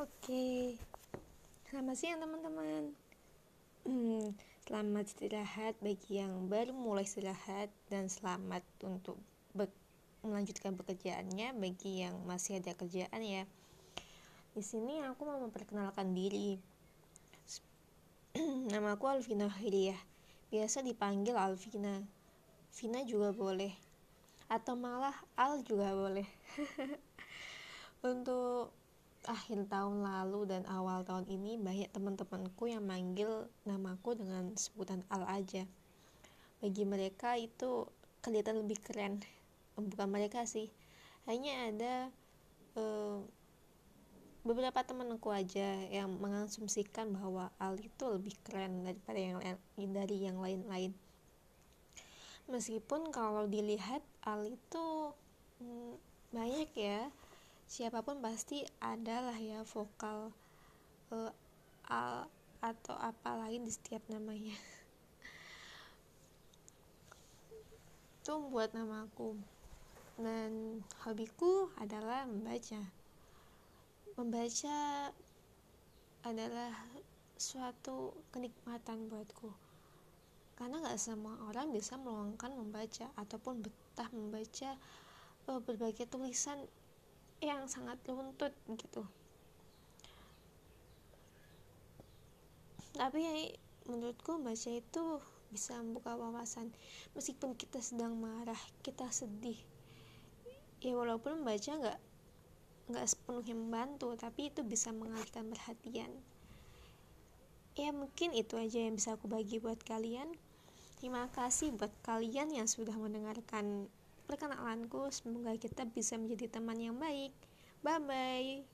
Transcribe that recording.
Oke, selamat siang teman-teman. Selamat istirahat bagi yang baru mulai istirahat, dan selamat untuk melanjutkan pekerjaannya bagi yang masih ada kerjaan ya. Di sini aku mau memperkenalkan diri. Nama aku Alvina Hidayah. Biasa dipanggil Alvina. Vina juga boleh. Atau malah Al juga boleh. Untuk akhir tahun lalu dan awal tahun ini banyak teman-temanku yang manggil namaku dengan sebutan Al aja. Bagi mereka itu kelihatan lebih keren. Bukan mereka sih, hanya ada beberapa temanku aja yang mengasumsikan bahwa Al itu lebih keren daripada yang lain-lain. Meskipun kalau dilihat Al itu banyak ya, siapapun pasti adalah ya vokal Al atau apa lain di setiap namanya. Itu buat namaku. Dan hobiku adalah membaca. Membaca adalah suatu kenikmatan buatku, karena gak semua orang bisa meluangkan membaca ataupun betah membaca berbagai tulisan yang sangat runtut gitu. Tapi menurutku membaca itu bisa membuka wawasan. Meskipun kita sedang marah, kita sedih, ya walaupun membaca nggak sepenuhnya membantu, tapi itu bisa mengalihkan perhatian. Ya mungkin itu aja yang bisa aku bagi buat kalian. Terima kasih buat kalian yang sudah mendengarkan perkenalanku. Semoga kita bisa menjadi teman yang baik. Bye bye.